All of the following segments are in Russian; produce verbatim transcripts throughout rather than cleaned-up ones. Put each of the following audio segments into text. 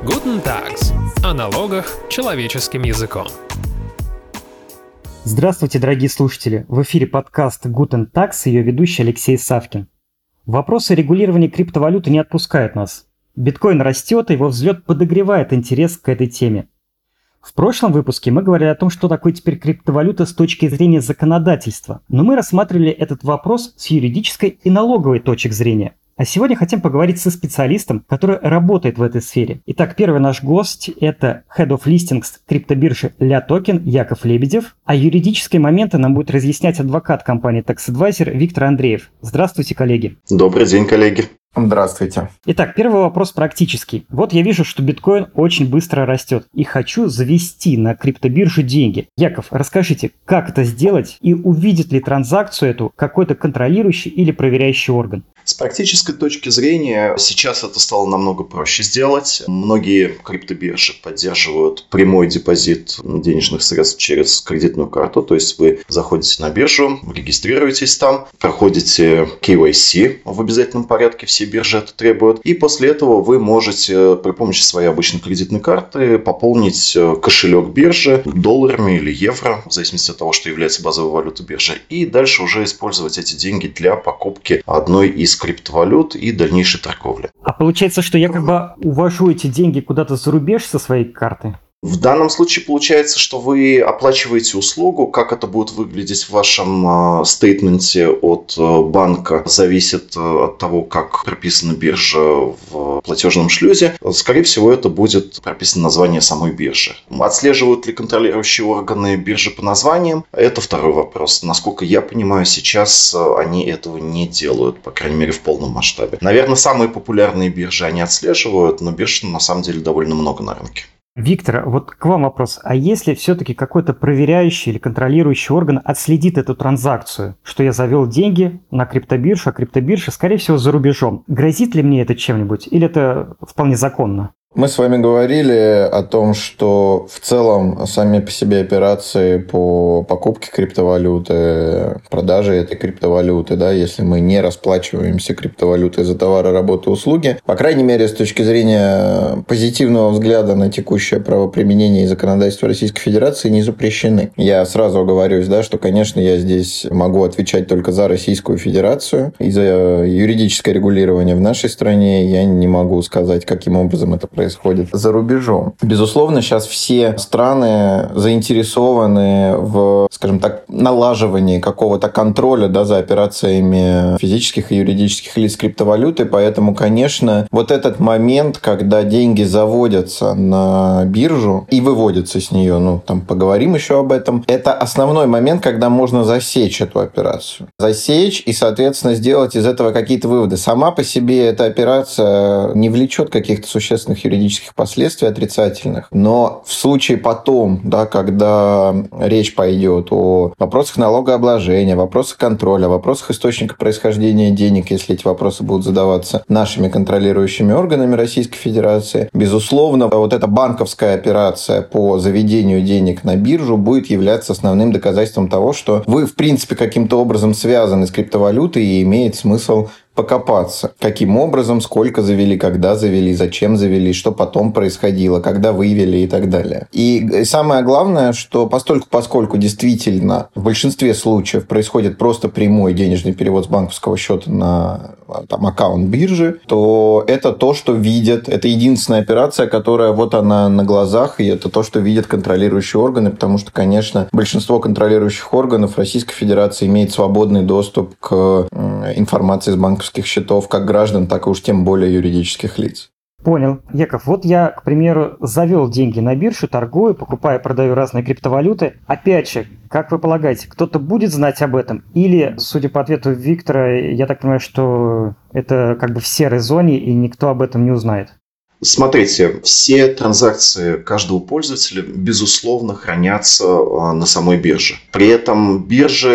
Guten Tags. О налогах человеческим языком. Здравствуйте, дорогие слушатели! В эфире подкаст Guten Tags и ее ведущий Алексей Савкин. Вопросы регулирования криптовалюты не отпускают нас. Биткоин растет, и его взлет подогревает интерес к этой теме. В прошлом выпуске мы говорили о том, что такое теперь криптовалюта с точки зрения законодательства, но мы рассматривали этот вопрос с юридической и налоговой точек зрения. А сегодня хотим поговорить со специалистом, который работает в этой сфере. Итак, первый наш гость – это Head of Listings криптобиржи ля Токен Яков Лебедев, а юридические моменты нам будет разъяснять адвокат компании Tax Advisor Виктор Андреев. Здравствуйте, коллеги. Добрый день, коллеги. Здравствуйте. Итак, первый вопрос практический. Вот я вижу, что биткоин очень быстро растет и хочу завести на криптобиржу деньги. Яков, расскажите, как это сделать и увидит ли транзакцию эту какой-то контролирующий или проверяющий орган? С практической точки зрения сейчас это стало намного проще сделать. Многие криптобиржи поддерживают прямой депозит денежных средств через кредитную карту. То есть вы заходите на биржу, регистрируетесь там, проходите кей вай си в обязательном порядке, все биржи это требуют. И после этого вы можете при помощи своей обычной кредитной карты пополнить кошелек биржи долларами или евро, в зависимости от того, что является базовой валютой биржи. И дальше уже использовать эти деньги для покупки одной из криптовалют и дальнейшей торговли. А получается, что я как бы увожу эти деньги куда-то за рубеж со своей карты? В данном случае получается, что вы оплачиваете услугу. Как это будет выглядеть в вашем стейтменте от банка, зависит от того, как прописана биржа в платежном шлюзе. Скорее всего, это будет прописано название самой биржи. Отслеживают ли контролирующие органы биржи по названиям? Это второй вопрос. Насколько я понимаю, сейчас они этого не делают, по крайней мере, в полном масштабе. Наверное, самые популярные биржи они отслеживают, но бирж на самом деле довольно много на рынке. Виктор, вот к вам вопрос. А если все-таки какой-то проверяющий или контролирующий орган отследит эту транзакцию, что я завел деньги на криптобиржу, а криптобиржа, скорее всего, за рубежом, грозит ли мне это чем-нибудь или это вполне законно? Мы с вами говорили о том, что в целом сами по себе операции по покупке криптовалюты, продаже этой криптовалюты, да, если мы не расплачиваемся криптовалютой за товары, работы, услуги, по крайней мере, с точки зрения позитивного взгляда на текущее правоприменение и законодательство Российской Федерации, не запрещены. Я сразу оговорюсь, да, что, конечно, я здесь могу отвечать только за Российскую Федерацию, и за юридическое регулирование в нашей стране я не могу сказать, каким образом это происходит. происходит за рубежом. Безусловно, сейчас все страны заинтересованы в, скажем так, налаживании какого-то контроля, да, за операциями физических и юридических лиц криптовалюты, поэтому, конечно, вот этот момент, когда деньги заводятся на биржу и выводятся с нее, ну, там, поговорим еще об этом, это основной момент, когда можно засечь эту операцию. Засечь и, соответственно, сделать из этого какие-то выводы. Сама по себе эта операция не влечет каких-то существенных юридических юридических последствий отрицательных. Но в случае потом, да, когда речь пойдет о вопросах налогообложения, вопросах контроля, вопросах источника происхождения денег, если эти вопросы будут задаваться нашими контролирующими органами Российской Федерации, безусловно, вот эта банковская операция по заведению денег на биржу будет являться основным доказательством того, что вы, в принципе, каким-то образом связаны с криптовалютой и имеет смысл покопаться. Каким образом, сколько завели, когда завели, зачем завели, что потом происходило, когда вывели и так далее. И самое главное, что постольку, поскольку действительно в большинстве случаев происходит просто прямой денежный перевод с банковского счета на там, аккаунт биржи, то это то, что видят. Это единственная операция, которая вот она на глазах, и это то, что видят контролирующие органы, потому что, конечно, большинство контролирующих органов Российской Федерации имеет свободный доступ к информации с банковского счетов как граждан, так и уж тем более юридических лиц. Понял. Яков, вот я, к примеру, завел деньги на биржу, торгую, покупаю, продаю разные криптовалюты. Опять же, как вы полагаете, кто-то будет знать об этом? Или, судя по ответу Виктора, я так понимаю, что это как бы в серой зоне и никто об этом не узнает? Смотрите, все транзакции каждого пользователя, безусловно, хранятся на самой бирже. При этом биржи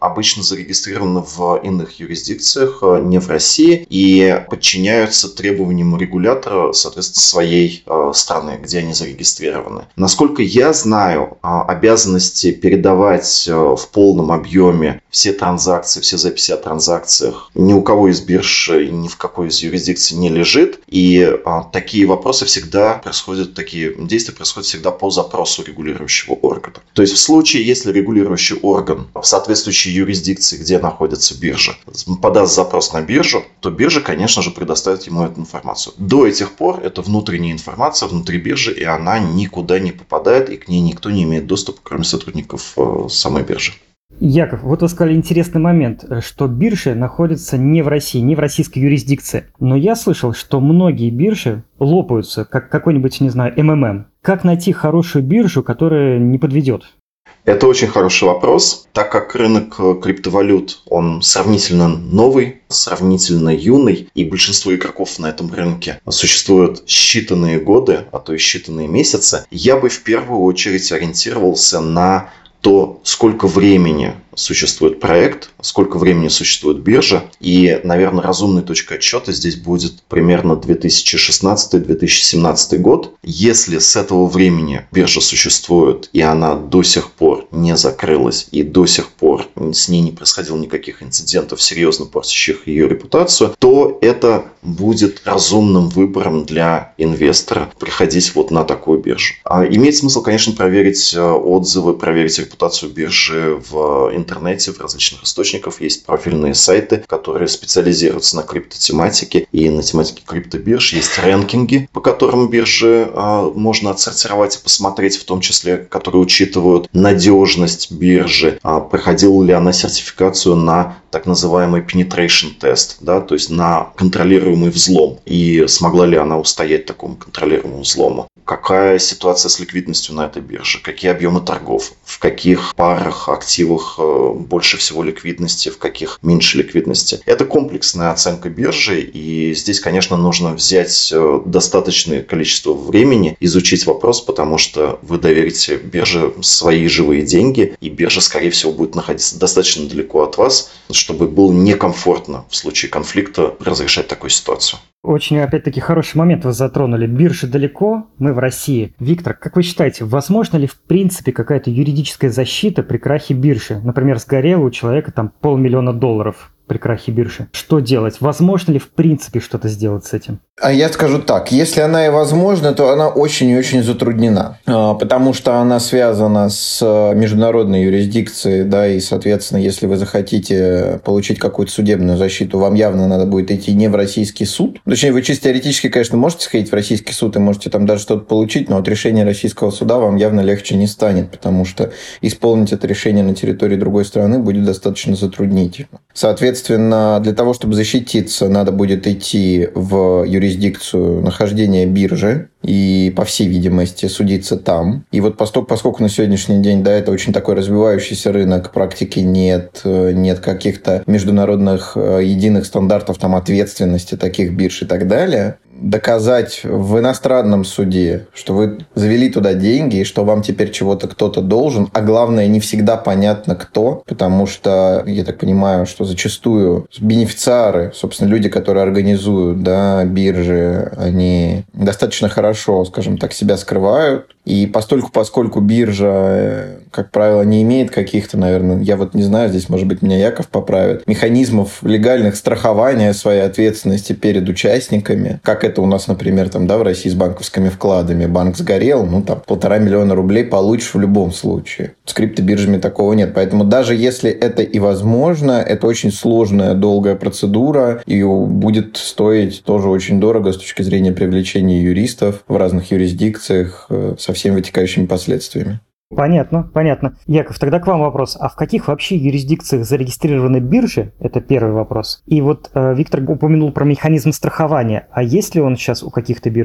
обычно зарегистрированы в иных юрисдикциях, не в России, и подчиняются требованиям регулятора, соответственно, своей страны, где они зарегистрированы. Насколько я знаю, обязанности передавать в полном объеме все транзакции, все записи о транзакциях ни у кого из бирж и ни в какой из юрисдикций не лежит, и такие вопросы всегда происходят, такие действия происходят всегда по запросу регулирующего органа. То есть в случае, если регулирующий орган в соответствующей юрисдикции, где находится биржа, подаст запрос на биржу, то биржа, конечно же, предоставит ему эту информацию. До этих пор это внутренняя информация внутри биржи, и она никуда не попадает, и к ней никто не имеет доступа, кроме сотрудников самой биржи. Яков, вот вы сказали интересный момент, что биржи находятся не в России, не в российской юрисдикции. Но я слышал, что многие биржи лопаются, как какой-нибудь, не знаю, эм эм эм. Как найти хорошую биржу, которая не подведет? Это очень хороший вопрос, так как рынок криптовалют, он сравнительно новый, сравнительно юный, и большинство игроков на этом рынке существуют считанные годы, а то и считанные месяцы. Я бы в первую очередь ориентировался на то, сколько времени существует проект, сколько времени существует биржа. И, наверное, разумной точкой отсчета здесь будет примерно две тысячи шестнадцатый - две тысячи семнадцатый год. Если с этого времени биржа существует, и она до сих пор не закрылась, и до сих пор с ней не происходило никаких инцидентов, серьезно портящих ее репутацию, то это будет разумным выбором для инвестора приходить вот на такую биржу. А имеет смысл, конечно, проверить отзывы, проверить репутацию биржи в интернете, в различных источниках. Есть профильные сайты, которые специализируются на криптотематике и на тематике криптобирж. Есть рэнкинги, по которым биржи а, можно отсортировать и посмотреть, в том числе, которые учитывают надежность биржи, а, проходила ли она сертификацию на так называемый penetration тест, да, то есть на контролируемый взлом, и смогла ли она устоять такому контролируемому взлому. Какая ситуация с ликвидностью на этой бирже, какие объемы торгов, в каких парах, активах больше всего ликвидности, в каких меньше ликвидности. Это комплексная оценка биржи, и здесь, конечно, нужно взять достаточное количество времени, изучить вопрос, потому что вы доверите бирже свои живые деньги, и биржа, скорее всего, будет находиться достаточно далеко от вас, чтобы было некомфортно в случае конфликта разрешать такую ситуацию. Очень, опять-таки, хороший момент вы затронули. Биржа далеко, мы в России. Виктор, как вы считаете, возможно ли в принципе какая-то юридическая защита при крахе биржи? Например, сгорело у человека там полмиллиона долларов при крахе биржи. Что делать? Возможно ли в принципе что-то сделать с этим? А я скажу так, если она и возможна, то она очень и очень затруднена, потому что она связана с международной юрисдикцией, да, и, соответственно, если вы захотите получить какую-то судебную защиту, вам явно надо будет идти не в российский суд. Точнее, вы чисто теоретически, конечно, можете сходить в российский суд и можете там даже что-то получить, но от решения российского суда вам явно легче не станет, потому что исполнить это решение на территории другой страны будет достаточно затруднительно. Соответственно, для того, чтобы защититься, надо будет идти в юрисдикцию нахождения биржи и, по всей видимости, судиться там. И вот поскольку, поскольку на сегодняшний день, да, это очень такой развивающийся рынок, практики нет, нет каких-то международных единых стандартов там, ответственности таких бирж и так далее, доказать в иностранном суде, что вы завели туда деньги, и что вам теперь чего-то кто-то должен, а главное, не всегда понятно кто, потому что, я так понимаю, что зачастую бенефициары, собственно, люди, которые организуют, да, биржи, они достаточно хорошо, скажем так, себя скрывают, и постольку, поскольку биржа, как правило, не имеет каких-то, наверное, я вот не знаю, здесь, может быть, меня Яков поправит, механизмов легальных страхования своей ответственности перед участниками, как это у нас, например, там, да, в России с банковскими вкладами. Банк сгорел, ну, там, полтора миллиона рублей получишь в любом случае. С криптобиржами такого нет. Поэтому даже если это и возможно, это очень сложная, долгая процедура, и будет стоить тоже очень дорого с точки зрения привлечения юристов в разных юрисдикциях со всеми вытекающими последствиями. Понятно, понятно. Яков, тогда к вам вопрос. А в каких вообще юрисдикциях зарегистрированы биржи? Это первый вопрос. И вот э, Виктор упомянул про механизм страхования. А есть ли он сейчас у каких-то бирж?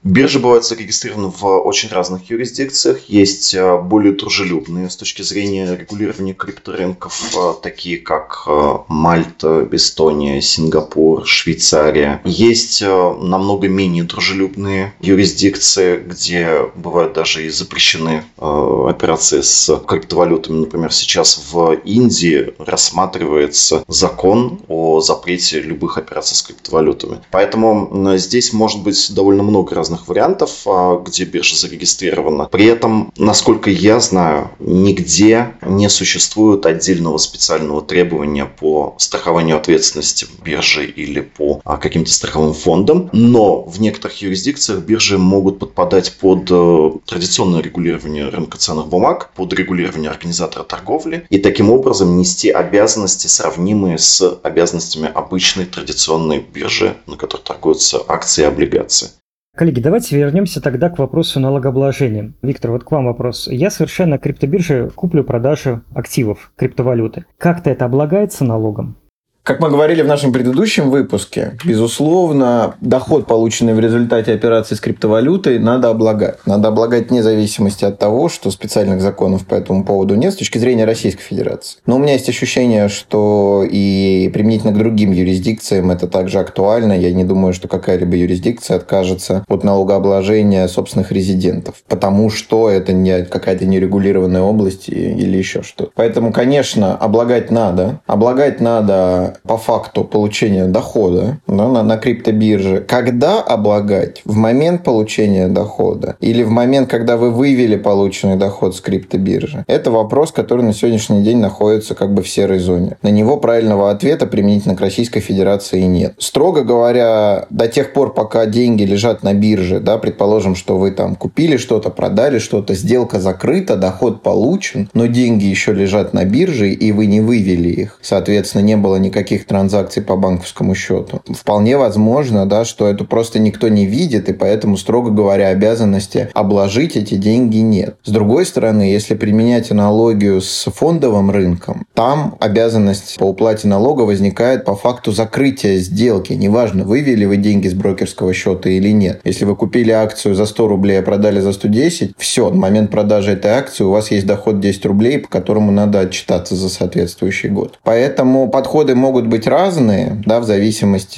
Биржи бывают зарегистрированы в очень разных юрисдикциях. Есть более дружелюбные с точки зрения регулирования крипторынков, такие как Мальта, Эстония, Сингапур, Швейцария. Есть намного менее дружелюбные юрисдикции, где бывают даже и запрещены операции с криптовалютами. Например, сейчас в Индии рассматривается закон о запрете любых операций с криптовалютами. Поэтому здесь может быть довольно много разных вариантов, где биржа зарегистрирована. При этом, насколько я знаю, нигде не существует отдельного специального требования по страхованию ответственности биржи или по каким-то страховым фондам. Но в некоторых юрисдикциях биржи могут подпадать под традиционное регулирование рынка ценных бумаг, под регулирование организатора торговли и таким образом нести обязанности, сравнимые с обязанностями обычной традиционной биржи, на которой торгуются акции и облигации. Коллеги, давайте вернемся тогда к вопросу налогообложения. Виктор, вот к вам вопрос. Я совершенно на криптобирже куплю-продажу активов криптовалюты. Как-то это облагается налогом? Как мы говорили в нашем предыдущем выпуске, безусловно, доход, полученный в результате операции с криптовалютой, надо облагать. Надо облагать вне зависимости от того, что специальных законов по этому поводу нет с точки зрения Российской Федерации. Но у меня есть ощущение, что и применительно к другим юрисдикциям это также актуально. Я не думаю, что какая-либо юрисдикция откажется от налогообложения собственных резидентов, потому что это не какая-то нерегулированная область или еще что-то. Поэтому, конечно, облагать надо. Облагать надо по факту получения дохода, да, на, на криптобирже. Когда облагать? В момент получения дохода? Или в момент, когда вы вывели полученный доход с криптобиржи? Это вопрос, который на сегодняшний день находится как бы в серой зоне. На него правильного ответа применительно к Российской Федерации нет. Строго говоря, до тех пор, пока деньги лежат на бирже, да, предположим, что вы там купили что-то, продали что-то, сделка закрыта, доход получен, но деньги еще лежат на бирже, и вы не вывели их. Соответственно, не было никаких каких транзакций по банковскому счету. Вполне возможно, да, что это просто никто не видит, и поэтому, строго говоря, обязанности обложить эти деньги нет. С другой стороны, если применять аналогию с фондовым рынком, там обязанность по уплате налога возникает по факту закрытия сделки. Неважно, вывели вы деньги с брокерского счета или нет. Если вы купили акцию за сто рублей, а продали за сто десять, все, на момент продажи этой акции у вас есть доход десять рублей, по которому надо отчитаться за соответствующий год. Поэтому подходы могут могут быть разные, да, в зависимости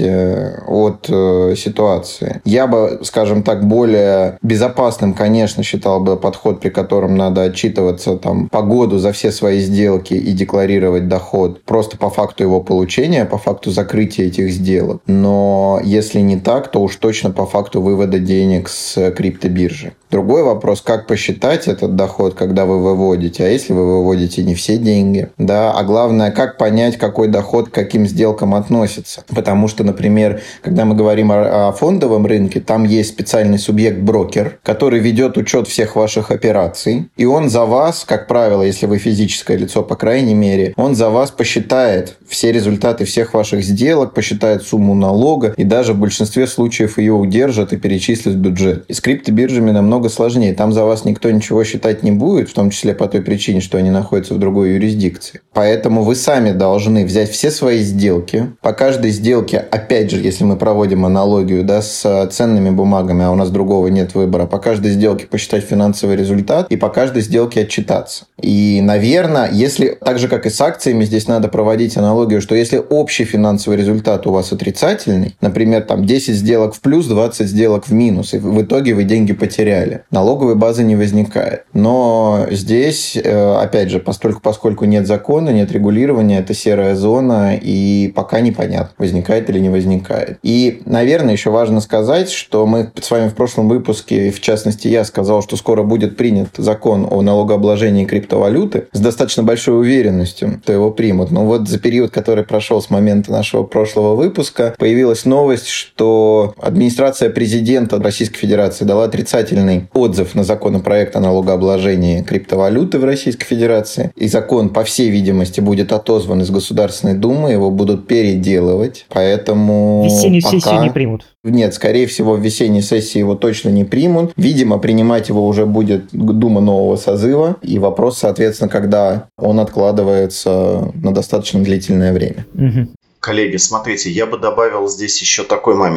от э, ситуации. Я бы, скажем так, более безопасным, конечно, считал бы подход, при котором надо отчитываться там по году за все свои сделки и декларировать доход просто по факту его получения, по факту закрытия этих сделок. Но если не так, то уж точно по факту вывода денег с криптобиржи. Другой вопрос, как посчитать этот доход, когда вы выводите, а если вы выводите не все деньги, да, а главное, как понять, какой доход к каким сделкам относится. Потому что, например, когда мы говорим о, о фондовом рынке, там есть специальный субъект-брокер, который ведет учет всех ваших операций, и он за вас, как правило, если вы физическое лицо, по крайней мере, он за вас посчитает все результаты всех ваших сделок, посчитает сумму налога, и даже в большинстве случаев ее удержит и перечислит в бюджет. И с криптобиржами намного сложнее. Там за вас никто ничего считать не будет, в том числе по той причине, что они находятся в другой юрисдикции. Поэтому вы сами должны взять все свои сделки. По каждой сделке, опять же, если мы проводим аналогию, да, с ценными бумагами, а у нас другого нет выбора, по каждой сделке посчитать финансовый результат и по каждой сделке отчитаться. И, наверное, если, так же, как и с акциями, здесь надо проводить аналогию, что если общий финансовый результат у вас отрицательный, например, там десять сделок в плюс, двадцать сделок в минус, и в итоге вы деньги потеряли, налоговой базы не возникает. Но здесь, опять же, поскольку, поскольку нет закона, нет регулирования, это серая зона, и пока непонятно, возникает или не возникает. И, наверное, еще важно сказать, что мы с вами в прошлом выпуске, в частности, я сказал, что скоро будет принят закон о налогообложении криптовалюты с достаточно большой уверенностью, что его примут. Но вот за период, который прошел с момента нашего прошлого выпуска, появилась новость, что администрация президента Российской Федерации дала отрицательный отзыв на законопроект о налогообложении криптовалюты в Российской Федерации. И закон, по всей видимости, будет отозван из Государственной Думы, его будут переделывать. Поэтому весеннюю пока... сессию не примут. Нет, скорее всего, в весенней сессии его точно не примут. Видимо, принимать его уже будет Дума нового созыва. И вопрос, соответственно, когда он откладывается на достаточно длительное время. Угу. Коллеги, смотрите, я бы добавил здесь еще такой момент.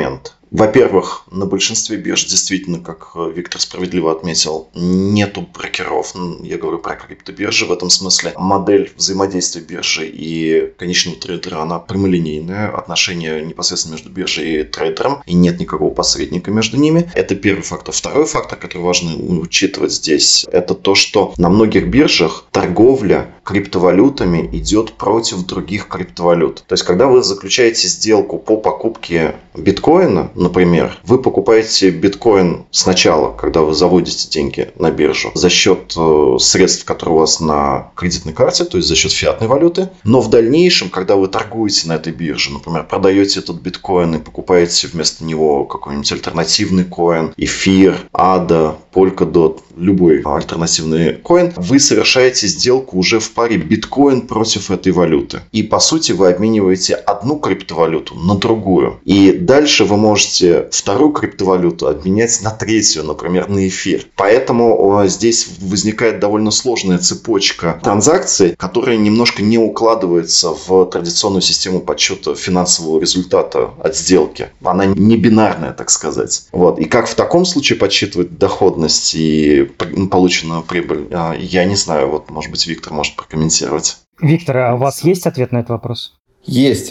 Во-первых, на большинстве бирж действительно, как Виктор справедливо отметил, нету брокеров. Я говорю про криптобиржи. В этом смысле модель взаимодействия биржи и конечного трейдера, она прямолинейная. Отношения непосредственно между биржей и трейдером. И нет никакого посредника между ними. Это первый фактор. Второй фактор, который важно учитывать здесь, это то, что на многих биржах торговля криптовалютами идет против других криптовалют. То есть, когда вы заключаете сделку по покупке биткоина, например, вы покупаете биткоин сначала, когда вы заводите деньги на биржу, за счет э, средств, которые у вас на кредитной карте, то есть за счет фиатной валюты. Но в дальнейшем, когда вы торгуете на этой бирже, например, продаете этот биткоин и покупаете вместо него какой-нибудь альтернативный коин, эфир, ада, Polkadot, любой альтернативный коин, вы совершаете сделку уже в паре биткоин против этой валюты. И по сути вы обмениваете одну криптовалюту на другую. И дальше вы можете вторую криптовалюту обменять на третью, например, на эфир. Поэтому здесь возникает довольно сложная цепочка транзакций, которая немножко не укладывается в традиционную систему подсчета финансового результата от сделки. Она не бинарная, так сказать. Вот. И как в таком случае подсчитывать доходность и полученную прибыль, я не знаю. Вот, может быть, Виктор может прокомментировать. Виктор, а у вас есть ответ на этот вопрос? Есть.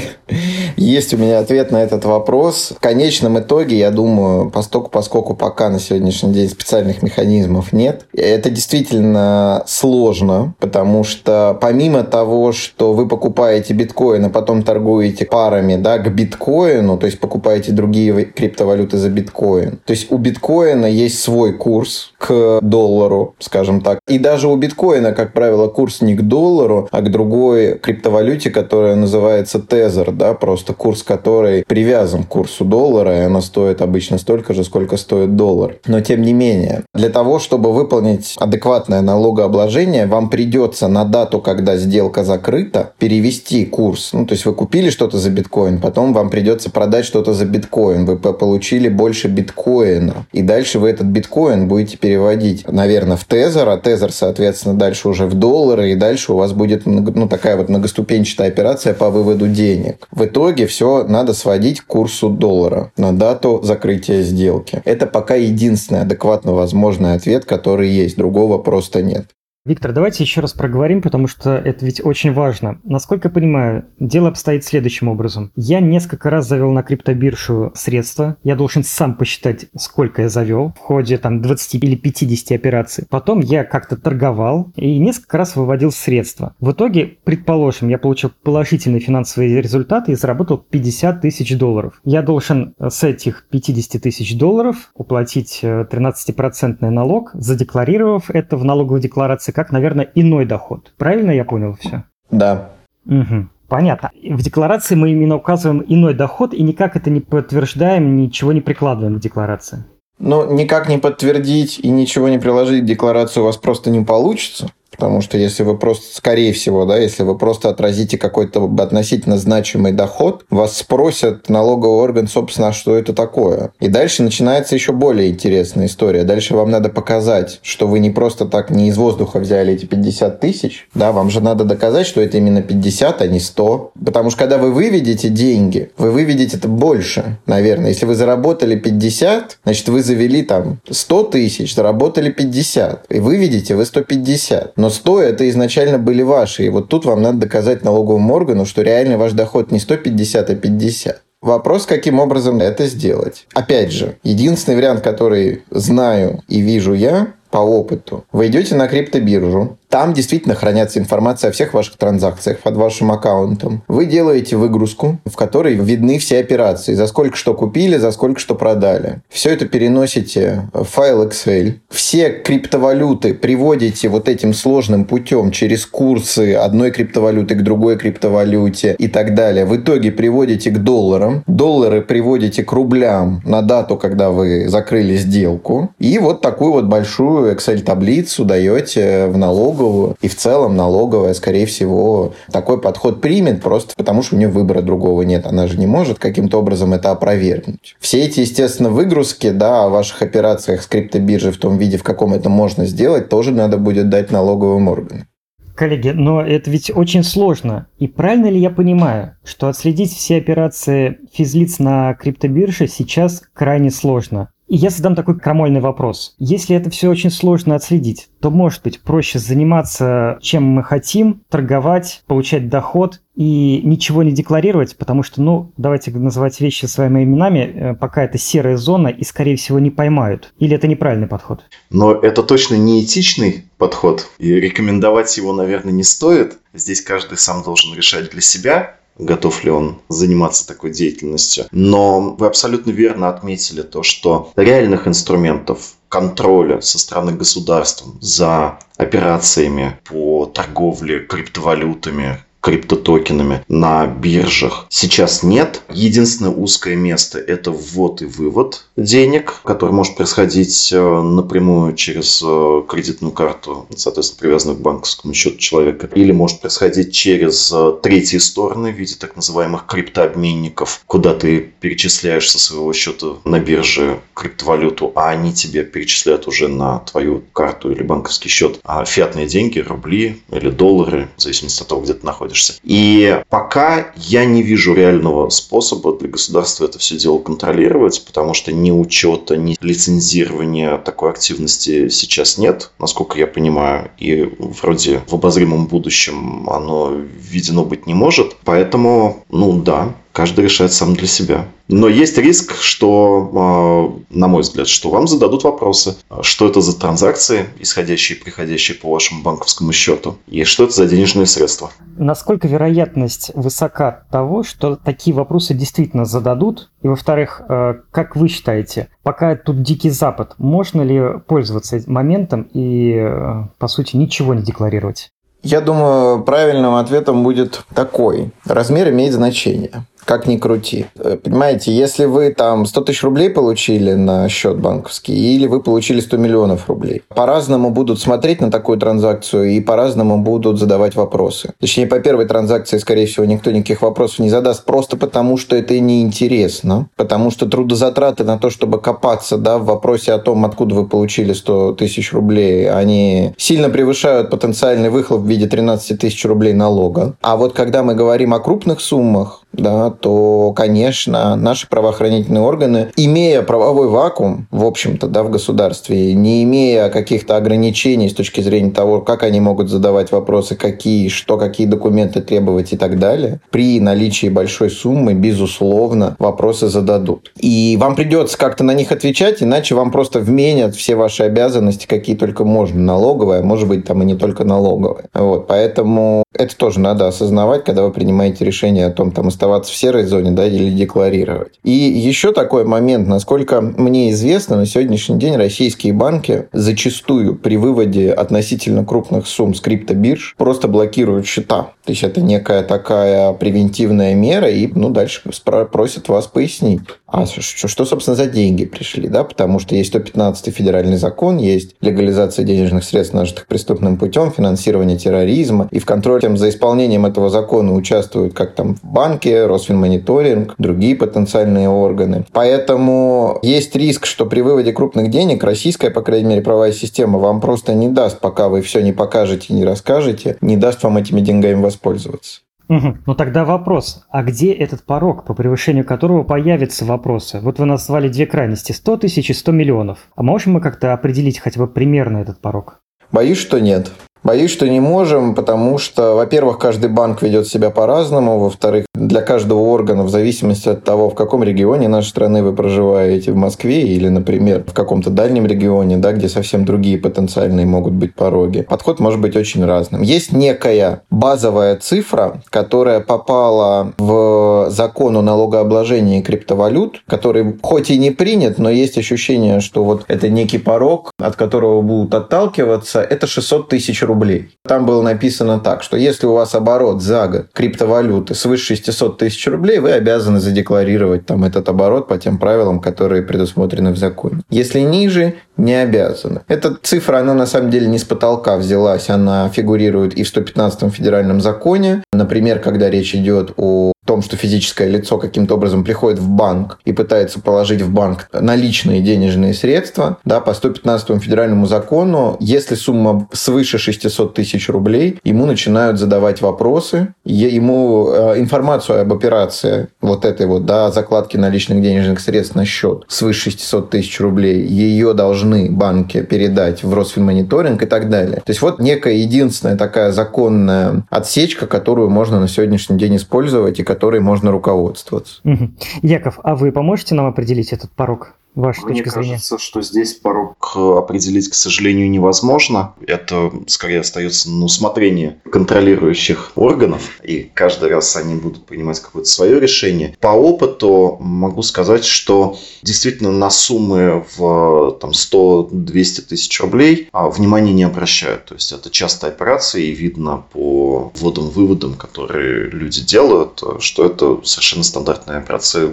Есть у меня ответ на этот вопрос. В конечном итоге, я думаю, поскольку, поскольку пока на сегодняшний день специальных механизмов нет, это действительно сложно, потому что помимо того, что вы покупаете биткоин, а потом торгуете парами, да, к биткоину, то есть покупаете другие криптовалюты за биткоин, то есть у биткоина есть свой курс к доллару, скажем так, и даже у биткоина, как правило, курс не к доллару, а к другой криптовалюте, которая называется тезер, да, просто курс которой привязан к курсу доллара, и она стоит обычно столько же, сколько стоит доллар. Но тем не менее, для того, чтобы выполнить адекватное налогообложение, вам придется на дату, когда сделка закрыта, перевести курс. Ну, то есть вы купили что-то за биткоин, потом вам придется продать что-то за биткоин. Вы получили больше биткоина. И дальше вы этот биткоин будете переводить, наверное, в тезер, а тезер, соответственно, дальше уже в доллары, и дальше у вас будет, ну, такая вот многоступенчатая операция по выводу денег. В итоге все надо сводить к курсу доллара на дату закрытия сделки. Это пока единственный адекватно возможный ответ, который есть. Другого просто нет. Виктор, давайте еще раз проговорим, потому что это ведь очень важно. Насколько я понимаю, дело обстоит следующим образом. Я несколько раз завел на криптобиржу средства. Я должен сам посчитать, сколько я завел в ходе там двадцати или пятидесяти операций. Потом я как-то торговал и несколько раз выводил средства. В итоге, предположим, я получил положительные финансовые результаты и заработал пятьдесят тысяч долларов. Я должен с этих пятидесяти тысяч долларов уплатить тринадцатипроцентный налог, задекларировав это в налоговой декларации как, наверное, иной доход. Правильно я понял все? Да. Угу. Понятно. В декларации мы именно указываем иной доход и никак это не подтверждаем, ничего не прикладываем к декларации. Ну, никак не подтвердить и ничего не приложить к декларации у вас просто не получится. Потому что если вы просто, скорее всего, да, если вы просто отразите какой-то относительно значимый доход, вас спросят налоговый орган, собственно, что это такое. И дальше начинается еще более интересная история. Дальше вам надо показать, что вы не просто так не из воздуха взяли эти пятьдесят тысяч, да, вам же надо доказать, что это именно пятьдесят, а не сто. Потому что когда вы выведете деньги, вы выведете это больше, наверное. Если вы заработали пятьдесят, значит, вы завели там сто тысяч, заработали пятьдесят, и выведете вы сто пятьдесят. Но сто это изначально были ваши. И вот тут вам надо доказать налоговому органу, что реально ваш доход не сто пятьдесят, а пятьдесят. Вопрос, каким образом это сделать. Опять же, единственный вариант, который знаю и вижу я по опыту. Вы идете на криптобиржу. Там действительно хранится информация о всех ваших транзакциях под вашим аккаунтом. Вы делаете выгрузку, в которой видны все операции. За сколько что купили, за сколько что продали. Все это переносите в файл Excel. Все криптовалюты приводите вот этим сложным путем через курсы одной криптовалюты к другой криптовалюте и так далее. В итоге приводите к долларам. Доллары приводите к рублям на дату, когда вы закрыли сделку. И вот такую вот большую Excel-таблицу даете в налог. И в целом налоговая, скорее всего, такой подход примет, просто потому что у нее выбора другого нет. Она же не может каким-то образом это опровергнуть. Все эти, естественно, выгрузки, да, о ваших операциях с криптобиржей в том виде, в каком это можно сделать, тоже надо будет дать налоговым органам. Коллеги, но это ведь очень сложно. И правильно ли я понимаю, что отследить все операции физлиц на криптобирже сейчас крайне сложно? И я задам такой крамольный вопрос. Если это все очень сложно отследить, то, может быть, проще заниматься чем мы хотим, торговать, получать доход и ничего не декларировать, потому что, ну, давайте называть вещи своими именами, пока это серая зона и, скорее всего, не поймают. Или это неправильный подход? Но это точно не этичный подход, и рекомендовать его, наверное, не стоит. Здесь каждый сам должен решать для себя, готов ли он заниматься такой деятельностью. Но вы абсолютно верно отметили то, что реальных инструментов контроля со стороны государства за операциями по торговле криптовалютами, криптотокенами на биржах сейчас нет. Единственное узкое место – это ввод и вывод денег, который может происходить напрямую через кредитную карту, соответственно, привязанную к банковскому счету человека, или может происходить через третьи стороны в виде так называемых криптообменников, куда ты перечисляешь со своего счета на бирже криптовалюту, а они тебе перечисляют уже на твою карту или банковский счет а фиатные деньги, рубли или доллары, в зависимости от того, где ты находишься. И пока я не вижу реального способа для государства это все дело контролировать, потому что ни учета, ни лицензирования такой активности сейчас нет, насколько я понимаю, и вроде в обозримом будущем оно введено быть не может. Поэтому, ну да, каждый решает сам для себя. Но есть риск, что, на мой взгляд, что вам зададут вопросы. Что это за транзакции, исходящие и приходящие по вашему банковскому счету? И что это за денежные средства? Насколько вероятность высока того, что такие вопросы действительно зададут? И, во-вторых, как вы считаете, пока тут дикий запад, можно ли пользоваться этим моментом и, по сути, ничего не декларировать? Я думаю, правильным ответом будет такой. Размер имеет значение. Как ни крути. Понимаете, если вы там сто тысяч рублей получили на счет банковский, или вы получили сто миллионов рублей, по-разному будут смотреть на такую транзакцию и по-разному будут задавать вопросы. Точнее, по первой транзакции, скорее всего, никто никаких вопросов не задаст, просто потому, что это неинтересно, потому что трудозатраты на то, чтобы копаться, да, в вопросе о том, откуда вы получили сто тысяч рублей, они сильно превышают потенциальный выхлоп в виде тринадцать тысяч рублей налога. А вот когда мы говорим о крупных суммах, да, то, конечно, наши правоохранительные органы, имея правовой вакуум, в общем-то, да, в государстве, не имея каких-то ограничений с точки зрения того, как они могут задавать вопросы, какие, что, какие документы требовать и так далее, при наличии большой суммы, безусловно, вопросы зададут. И вам придется как-то на них отвечать, иначе вам просто вменят все ваши обязанности, какие только можно, налоговые, а может быть, там и не только налоговые. Вот, поэтому это тоже надо осознавать, когда вы принимаете решение о том, там, оставаться в серой зоне, да, или декларировать. И еще такой момент, насколько мне известно, на сегодняшний день российские банки зачастую при выводе относительно крупных сумм с криптобирж просто блокируют счета. То есть это некая такая превентивная мера, и ну, дальше просят вас пояснить, а что, что, собственно, за деньги пришли, да, потому что есть сто пятнадцатый федеральный закон, есть легализация денежных средств, нажитых преступным путем, финансирование терроризма, и в контроле за исполнением этого закона участвуют как там банки, Росфинмониторинг, другие потенциальные органы. Поэтому есть риск, что при выводе крупных денег российская, по крайней мере, правовая система вам просто не даст, пока вы все не покажете, не расскажете, не даст вам этими деньгами воспользоваться. Угу. Ну тогда вопрос, а где этот порог, по превышению которого появятся вопросы? Вот вы назвали две крайности, сто тысяч и сто миллионов. А можем мы как-то определить хотя бы примерно этот порог? Боюсь, что нет. Боюсь, что не можем, потому что, во-первых, каждый банк ведет себя по-разному, во-вторых, для каждого органа, в зависимости от того, в каком регионе нашей страны вы проживаете, в Москве или, например, в каком-то дальнем регионе, да, где совсем другие потенциальные могут быть пороги, подход может быть очень разным. Есть некая базовая цифра, которая попала в закон о налогообложении криптовалют, который хоть и не принят, но есть ощущение, что вот это некий порог, от которого будут отталкиваться, это шестьсот тысяч рублей. Там было написано так, что если у вас оборот за год криптовалюты свыше шестьсот тысяч рублей, вы обязаны задекларировать там этот оборот по тем правилам, которые предусмотрены в законе. Если ниже, не обязаны. Эта цифра, она на самом деле не с потолка взялась, она фигурирует и в сто пятнадцатом федеральном законе. Например, когда речь идет о том, что физическое лицо каким-то образом приходит в банк и пытается положить в банк наличные денежные средства, да, по сто пятнадцатому федеральному закону, если сумма свыше шестьсот тысяч рублей, ему начинают задавать вопросы, ему э, информацию об операции вот этой вот, да, закладки наличных денежных средств на счет свыше шестьсот тысяч рублей, ее должны банки передать в Росфинмониторинг и так далее. То есть вот некая единственная такая законная отсечка, которую можно на сегодняшний день использовать и которой можно руководствоваться. Угу. Яков, а вы поможете нам определить этот порог? Ваша Мне точка зрения? кажется, что здесь порог определить, к сожалению, невозможно. Это скорее остается на усмотрение контролирующих органов, и каждый раз они будут принимать какое-то свое решение. По опыту могу сказать, что действительно на суммы в там, сто-двести тысяч рублей внимания не обращают. То есть это частая операция, и видно по вводам-выводам, которые люди делают, что это совершенно стандартная операция,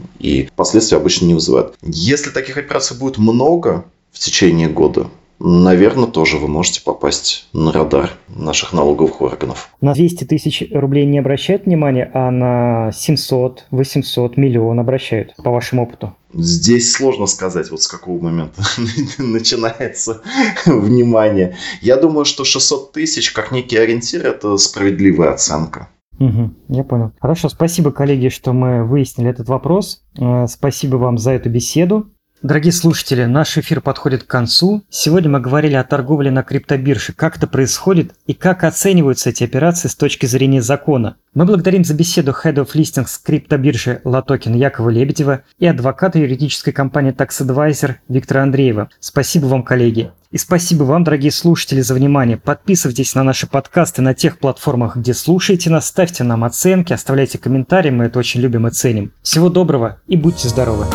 и последствия обычно не вызывают. Если таких операций будет много в течение года, наверное, тоже вы можете попасть на радар наших налоговых органов. На двести тысяч рублей не обращают внимания, а на семьсот, восемьсот, миллион обращают, по вашему опыту? Здесь сложно сказать, вот с какого момента начинается внимание. Я думаю, что шестьсот тысяч, как некий ориентир, это справедливая оценка. Угу, я понял. Хорошо, спасибо, коллеги, что мы выяснили этот вопрос. Спасибо вам за эту беседу. Дорогие слушатели, наш эфир подходит к концу. Сегодня мы говорили о торговле на криптобирже, как это происходит и как оцениваются эти операции с точки зрения закона. Мы благодарим за беседу Head of Listings криптобиржи Latoken Якова Лебедева и адвоката юридической компании Tax Advisor Виктора Андреева. Спасибо вам, коллеги. И спасибо вам, дорогие слушатели, за внимание. Подписывайтесь на наши подкасты на тех платформах, где слушаете нас, ставьте нам оценки, оставляйте комментарии, мы это очень любим и ценим. Всего доброго и будьте здоровы.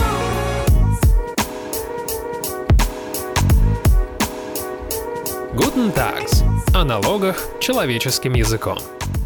Guten Tags. О налогах человеческим языком.